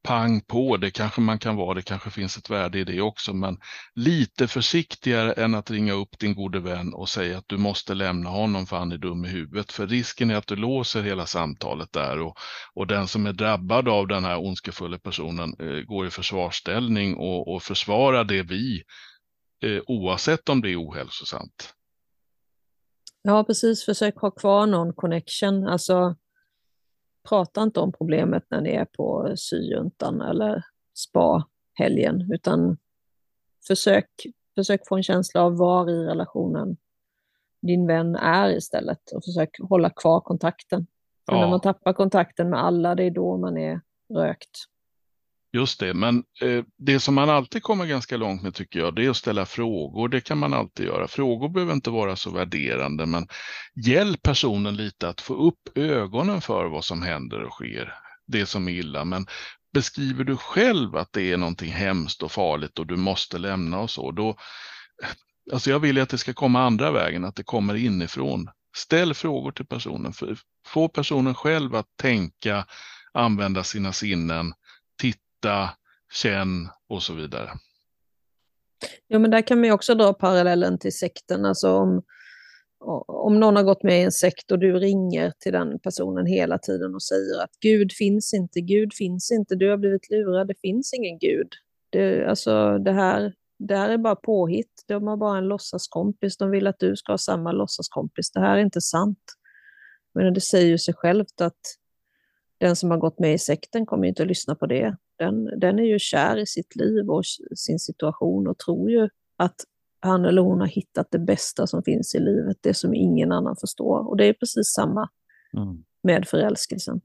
pang på, det kanske man kan vara, det kanske finns ett värde i det också, men lite försiktigare än att ringa upp din gode vän och säga att du måste lämna honom för han är dum i huvudet. För risken är att du låser hela samtalet där, och, och den som är drabbad av den här ondskefulla personen eh, går i försvarsställning och, och försvarar det vi, eh, oavsett om det är ohälsosamt. Ja, precis. Försök ha kvar någon connection. Alltså, prata inte om problemet när ni är på syjuntan eller spa-helgen, utan försök, försök få en känsla av var i relationen din vän är istället, och försök hålla kvar kontakten. För Ja. när man tappar kontakten med alla, det är då man är rökt. Just det, men eh, det som man alltid kommer ganska långt med tycker jag, det är att ställa frågor. Det kan man alltid göra. Frågor behöver inte vara så värderande, men hjälp personen lite att få upp ögonen för vad som händer och sker. Det som är illa, men beskriver du själv att det är någonting hemskt och farligt och du måste lämna och så, då, alltså jag vill att det ska komma andra vägen, att det kommer inifrån. Ställ frågor till personen, för, få personen själv att tänka, använda sina sinnen, titta, känn och så vidare. Ja, men där kan man ju också dra parallellen till sekten. Alltså om, om någon har gått med i en sekt och du ringer till den personen hela tiden och säger att Gud finns inte, Gud finns inte, du har blivit lurad, det finns ingen Gud. Det, alltså det här, det här är bara påhitt, de har bara en låtsaskompis, de vill att du ska ha samma låtsaskompis, det här är inte sant. Men det säger ju sig självt att den som har gått med i sekten kommer ju inte att lyssna på det. Den, den är ju kär i sitt liv och sin situation och tror ju att han eller hon har hittat det bästa som finns i livet, det som ingen annan förstår. Och det är precis samma mm. med förälskelsen.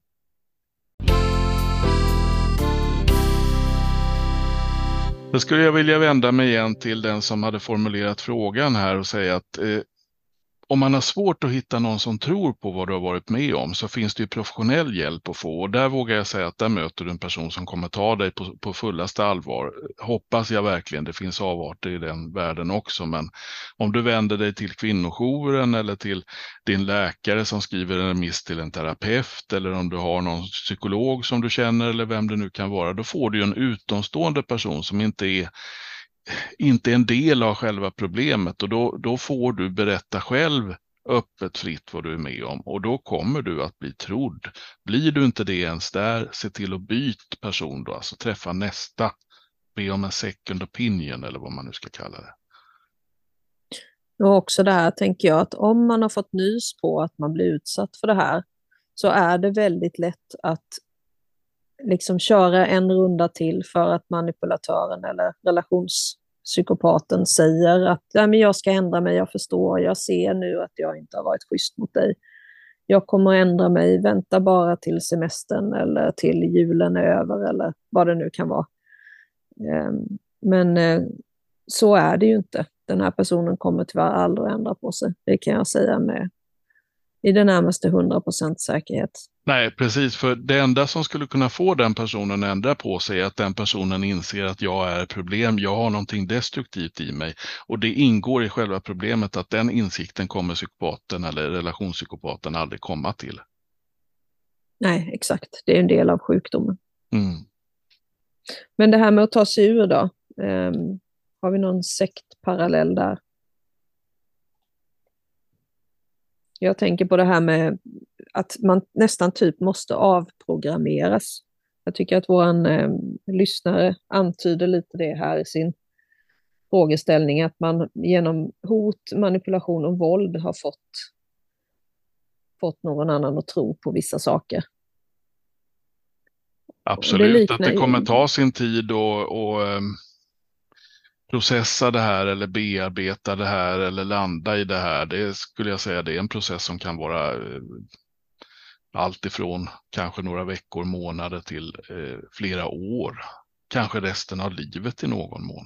Då skulle jag vilja vända mig igen till den som hade formulerat frågan här och säga att eh, om man har svårt att hitta någon som tror på vad du har varit med om, så finns det ju professionell hjälp att få. Och där vågar jag säga att där möter du en person som kommer ta dig på, på fullaste allvar. Hoppas jag verkligen, det finns avarter i den världen också. Men om du vänder dig till kvinnojouren eller till din läkare som skriver en remiss till en terapeut, eller om du har någon psykolog som du känner eller vem det nu kan vara, då får du en utomstående person som inte är inte en del av själva problemet, och då, då får du berätta själv öppet fritt vad du är med om, och då kommer du att bli trodd. Blir du inte det ens där, se till att byta person då, alltså träffa nästa, be om en second opinion eller vad man nu ska kalla det. Och också det här tänker jag, att om man har fått nys på att man blir utsatt för det här, så är det väldigt lätt att liksom köra en runda till för att manipulatören eller relationspsykopaten säger att ja, men jag ska ändra mig, jag förstår, jag ser nu att jag inte har varit schysst mot dig. Jag kommer att ändra mig, vänta bara till semestern eller till julen är över eller vad det nu kan vara. Men så är det ju inte. Den här personen kommer tyvärr aldrig att ändra på sig. Det kan jag säga med i det närmaste hundra procent säkerhet. Nej, precis. För det enda som skulle kunna få den personen att ändra på sig är att den personen inser att jag är ett problem, jag har någonting destruktivt i mig. Och det ingår i själva problemet att den insikten kommer psykopaten eller relationspsykopaten aldrig komma till. Nej, exakt. Det är en del av sjukdomen. Mm. Men det här med att ta sig ur då, um, har vi någon sektparallell där? Jag tänker på det här med att man nästan typ måste avprogrammeras. Jag tycker att vår eh, lyssnare antyder lite det här i sin frågeställning, att man genom hot, manipulation och våld har fått, fått någon annan att tro på vissa saker. Absolut, det liknar... att det kommer ta sin tid och, och um, processa det här eller bearbeta det här eller landa i det här. Det skulle jag säga, det är en process som kan vara uh, allt ifrån kanske några veckor, månader till uh, flera år. Kanske resten av livet i någon mån.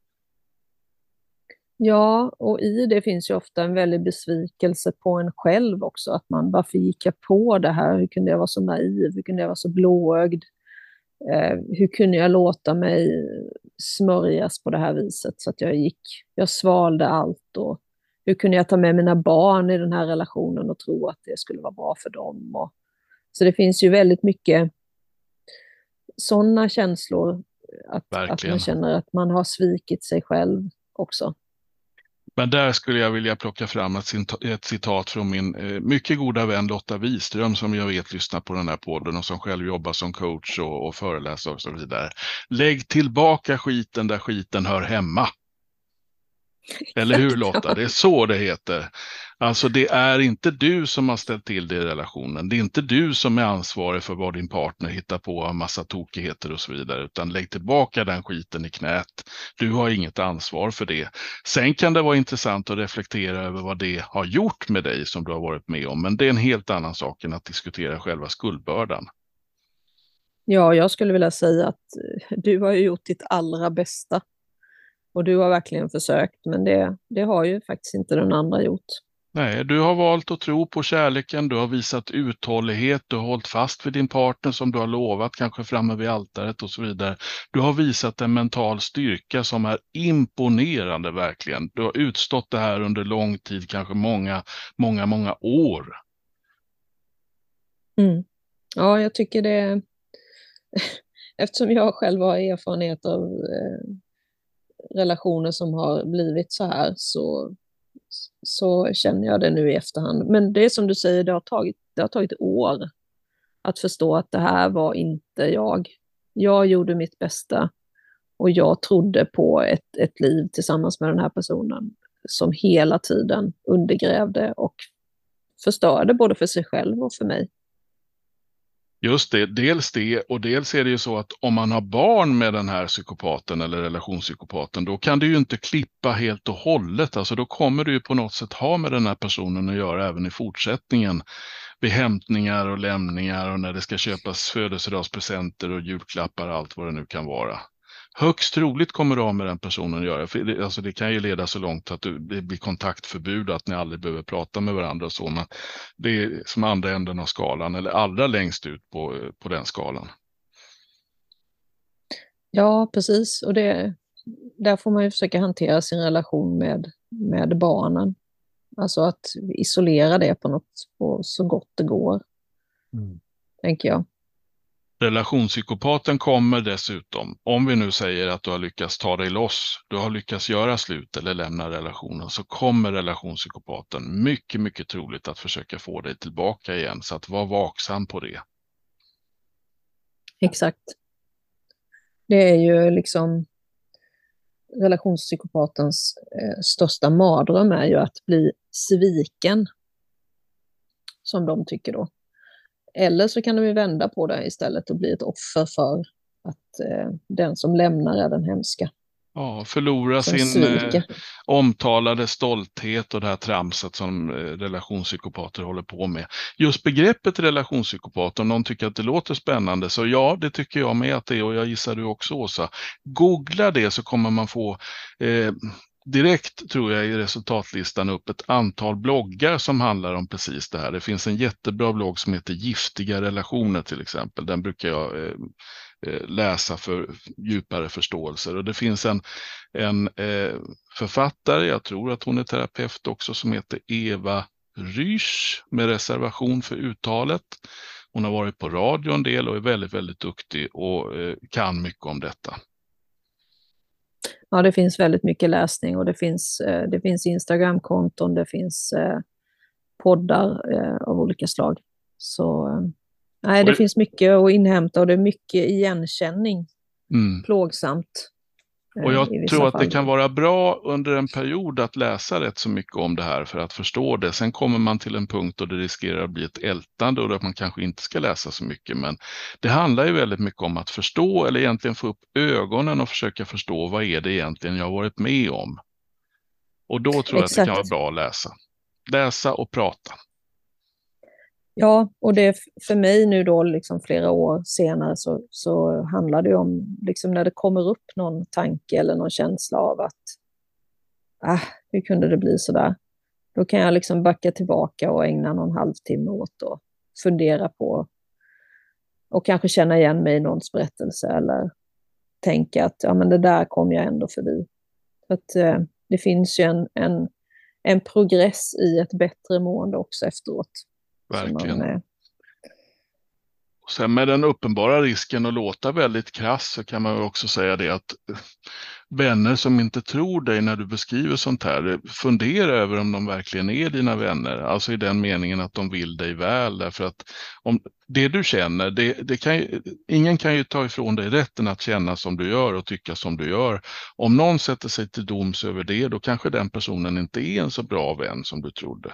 Ja, och i det finns ju ofta en väldig besvikelse på en själv också. Att man, varför gick jag på det här? Hur kunde jag vara så naiv? Hur kunde jag vara så blåögd? Eh, hur kunde jag låta mig smörjas på det här viset? Så att jag gick, jag svalde allt. Och hur kunde jag ta med mina barn i den här relationen och tro att det skulle vara bra för dem? Och, så det finns ju väldigt mycket sådana känslor, att, att man Verkligen. känner att man har svikit sig själv också. Men där skulle jag vilja plocka fram ett, ett citat från min eh, mycket goda vän Lotta Wiström, som jag vet lyssnar på den här podden och som själv jobbar som coach och, och föreläser och så vidare. Lägg tillbaka skiten där skiten hör hemma. Eller hur, Lotta? Det är så det heter. Alltså det är inte du som har ställt till det i relationen. Det är inte du som är ansvarig för vad din partner hittar på av massa tokigheter och så vidare. Utan lägg tillbaka den skiten i knät. Du har inget ansvar för det. Sen kan det vara intressant att reflektera över vad det har gjort med dig som du har varit med om. Men det är en helt annan sak än att diskutera själva skuldbördan. Ja, jag skulle vilja säga att du har ju gjort ditt allra bästa. Och du har verkligen försökt, men det, det har ju faktiskt inte den andra gjort. Nej, du har valt att tro på kärleken, du har visat uthållighet, du har hållit fast vid din partner som du har lovat, kanske framme vid altaret och så vidare. Du har visat en mental styrka som är imponerande verkligen. Du har utstått det här under lång tid, kanske många, många, många år. Mm. Ja, jag tycker det, eftersom jag själv har erfarenhet av eh, relationer som har blivit så här, så, så känner jag det nu i efterhand. Men det är som du säger, det har tagit, det har tagit år att förstå att det här var inte jag. Jag gjorde mitt bästa och jag trodde på ett, ett liv tillsammans med den här personen som hela tiden undergrävde och förstörde både för sig själv och för mig. Just det, dels det och dels är det ju så att om man har barn med den här psykopaten eller relationspsykopaten, då kan du ju inte klippa helt och hållet. Alltså då kommer du ju på något sätt ha med den här personen att göra även i fortsättningen. Vid hämtningar och lämningar och när det ska köpas födelsedagspresenter och julklappar och allt vad det nu kan vara. Högst troligt kommer du ha med den personen att göra. För det, alltså det kan ju leda så långt att det blir kontaktförbud och att ni aldrig behöver prata med varandra och så. Men det är som andra änden av skalan eller allra längst ut på, på den skalan. Ja, precis. Och det, där får man ju försöka hantera sin relation med, med barnen. Alltså att isolera det på något på så gott det går, mm. tänker jag. Relationspsykopaten kommer dessutom, om vi nu säger att du har lyckats ta dig loss, du har lyckats göra slut eller lämna relationen, så kommer relationspsykopaten mycket, mycket troligt att försöka få dig tillbaka igen. Så att var vaksam på det. Exakt. Det är ju liksom relationspsykopatens eh, största mardröm är ju att bli sviken, som de tycker då. Eller så kan de ju vända på det istället och bli ett offer för att eh, den som lämnar är den hemska. Ja, förlora som sin eh, sviker. omtalade stolthet och det här tramset som eh, relationspsykopater håller på med. Just begreppet relationspsykopat, om någon tycker att det låter spännande, så ja, det tycker jag med att det är, och jag gissar du också, Åsa. Googla det så kommer man få eh, direkt, tror jag, i resultatlistan upp ett antal bloggar som handlar om precis det här. Det finns en jättebra blogg som heter Giftiga relationer till exempel. Den brukar jag eh, läsa för djupare förståelser. Och det finns en, en eh, författare, jag tror att hon är terapeut också, som heter Eva Rysch, med reservation för uttalet. Hon har varit på radio en del och är väldigt, väldigt duktig och eh, kan mycket om detta. Ja, det finns väldigt mycket läsning och det finns, eh, det finns Instagram-konton, det finns eh, poddar eh, av olika slag. Så eh, nej, det, det finns mycket att inhämta och det är mycket igenkänning. Mm. Plågsamt. Eh, och jag tror att fall. Det kan vara bra under en period att läsa rätt så mycket om det här för att förstå det. Sen kommer man till en punkt då det riskerar att bli ett ältande och att man kanske inte ska läsa så mycket. Men det handlar ju väldigt mycket om att förstå, eller egentligen få upp ögonen och försöka förstå vad är det egentligen jag har varit med om. Och då tror jag Exakt. Att det kan vara bra att läsa. Läsa och prata. Ja, och det för mig nu då liksom flera år senare så, så handlar det om liksom när det kommer upp någon tanke eller någon känsla av att ah, hur kunde det bli så där? Då kan jag liksom backa tillbaka och ägna någon halvtimme åt och fundera på och kanske känna igen mig i någons berättelse eller tänka att ja, men det där kom jag ändå förbi. För att eh, det finns ju en, en, en progress i ett bättre mående också efteråt. Verkligen. Man, Sen med den uppenbara risken att låta väldigt krass så kan man ju också säga det att vänner som inte tror dig när du beskriver sånt här, fundera över om de verkligen är dina vänner. Alltså i den meningen att de vill dig väl. Därför att om det du känner, det, det kan ju, ingen kan ju ta ifrån dig rätten att känna som du gör och tycka som du gör. Om någon sätter sig till doms över det, då kanske den personen inte är en så bra vän som du trodde.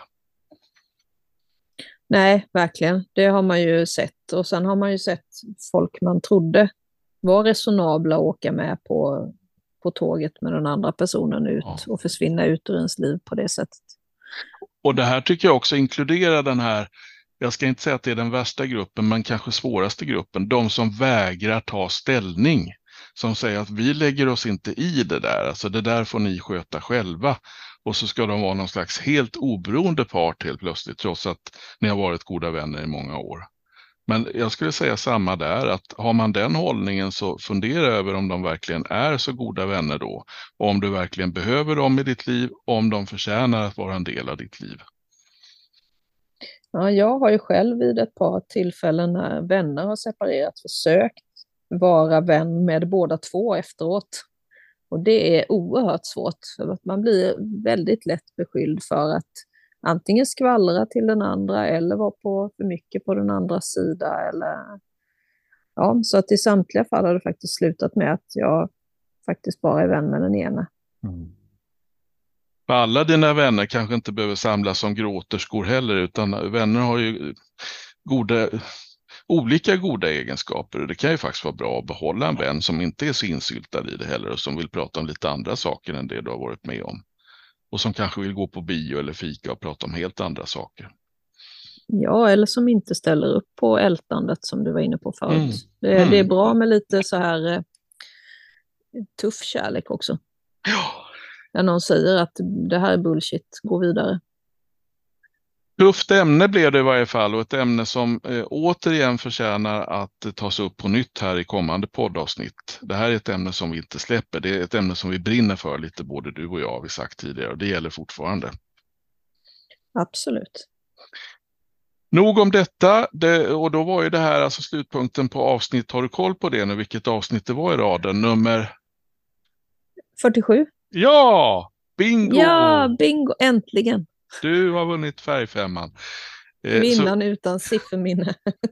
Nej, verkligen. Det har man ju sett. Och sen har man ju sett folk man trodde var resonabla att åka med på, på tåget med den andra personen ut Ja. och försvinna ut ur ens liv på det sättet. Och det här tycker jag också inkluderar den här, jag ska inte säga att det är den värsta gruppen, men kanske svåraste gruppen. De som vägrar ta ställning. Som säger att vi lägger oss inte i det där. Alltså det där får ni sköta själva. Och så ska de vara någon slags helt oberoende part helt plötsligt. Trots att ni har varit goda vänner i många år. Men jag skulle säga samma där. Att har man den hållningen så fundera över om de verkligen är så goda vänner då. Och om du verkligen behöver dem i ditt liv. Och om de förtjänar att vara en del av ditt liv. Ja, jag har ju själv vid ett par tillfällen när vänner har separerat försökt vara vän med båda två efteråt. Och det är oerhört svårt för att man blir väldigt lätt beskylld för att antingen skvallra till den andra eller vara på för mycket på den andra sida. Eller... Ja, så att i samtliga fall har det faktiskt slutat med att jag faktiskt bara är vän med den ena. Mm. För alla dina vänner kanske inte behöver samlas som gråterskor heller, utan vänner har ju goda, olika goda egenskaper. Det kan ju faktiskt vara bra att behålla en vän som inte är så insyltad i det heller och som vill prata om lite andra saker än det du har varit med om. Och som kanske vill gå på bio eller fika och prata om helt andra saker. Ja, eller som inte ställer upp på ältandet som du var inne på förut. Mm. Det, Mm. det är bra med lite så här eh, tuff kärlek också. Ja. När någon säger att det här är bullshit, gå vidare. Tufft ämne blev det i varje fall och ett ämne som eh, återigen förtjänar att eh, tas upp på nytt här i kommande poddavsnitt. Det här är ett ämne som vi inte släpper. Det är ett ämne som vi brinner för lite både du och jag har vi sagt tidigare och det gäller fortfarande. Absolut. Nog om detta det, och då var ju det här alltså slutpunkten på avsnitt. Har du koll på det nu? Vilket avsnitt det var i raden? Nummer fyrtiosju. Ja! Bingo! Ja, bingo! Äntligen! Du har vunnit färgfemman. Eh, Vinnaren så, utan sifferminne.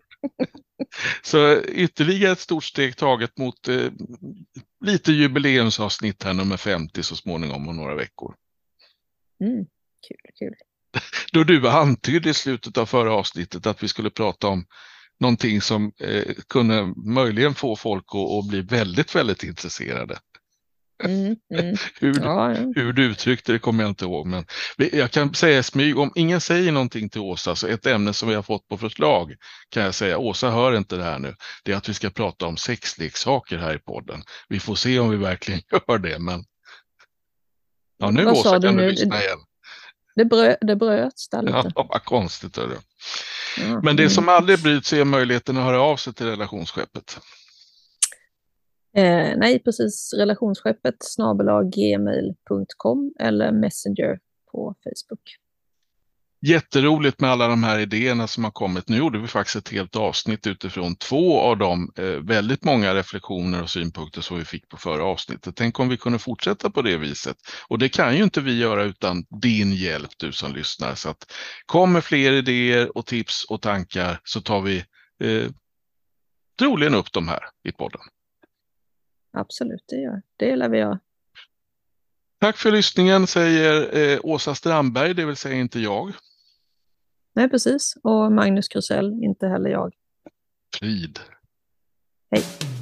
så ytterligare ett stort steg taget mot eh, lite jubileumsavsnitt här, nummer femtio så småningom om några veckor. Mm, kul, kul. Då du antydde i slutet av förra avsnittet att vi skulle prata om någonting som eh, kunde möjligen få folk att, att bli väldigt, väldigt intresserade. Mm, mm. hur, Ja, ja. hur du uttryckte det kommer jag inte ihåg. Men jag kan säga smyg, om ingen säger någonting till Åsa, så ett ämne som vi har fått på förslag kan jag säga, Åsa hör inte det här nu, det är att vi ska prata om sexleksaker här i podden. Vi får se om vi verkligen gör det, men ja, nu Vad Åsa sa du kan nu? du lyssna igen. Det, brö, det bröts där lite. Ja, vad konstigt är det. Ja, Men det mm. som aldrig bryts är möjligheten att höra av sig till relationsskeppet. Eh, nej, precis. Relationsskeppet snabel-a gmail punkt com eller Messenger på Facebook. Jätteroligt med alla de här idéerna som har kommit. Nu gjorde vi faktiskt ett helt avsnitt utifrån två av de eh, väldigt många reflektioner och synpunkter som vi fick på förra avsnittet. Tänk om vi kunde fortsätta på det viset. Och det kan ju inte vi göra utan din hjälp, du som lyssnar. Så att kom med fler idéer och tips och tankar så tar vi eh, troligen upp de här i podden. Absolut, det gör det. lär vi göra. Tack för lyssningen, säger eh, Åsa Strandberg, det vill säga inte jag. Nej, precis. Och Magnus Krusell, inte heller jag. Frid. Hej.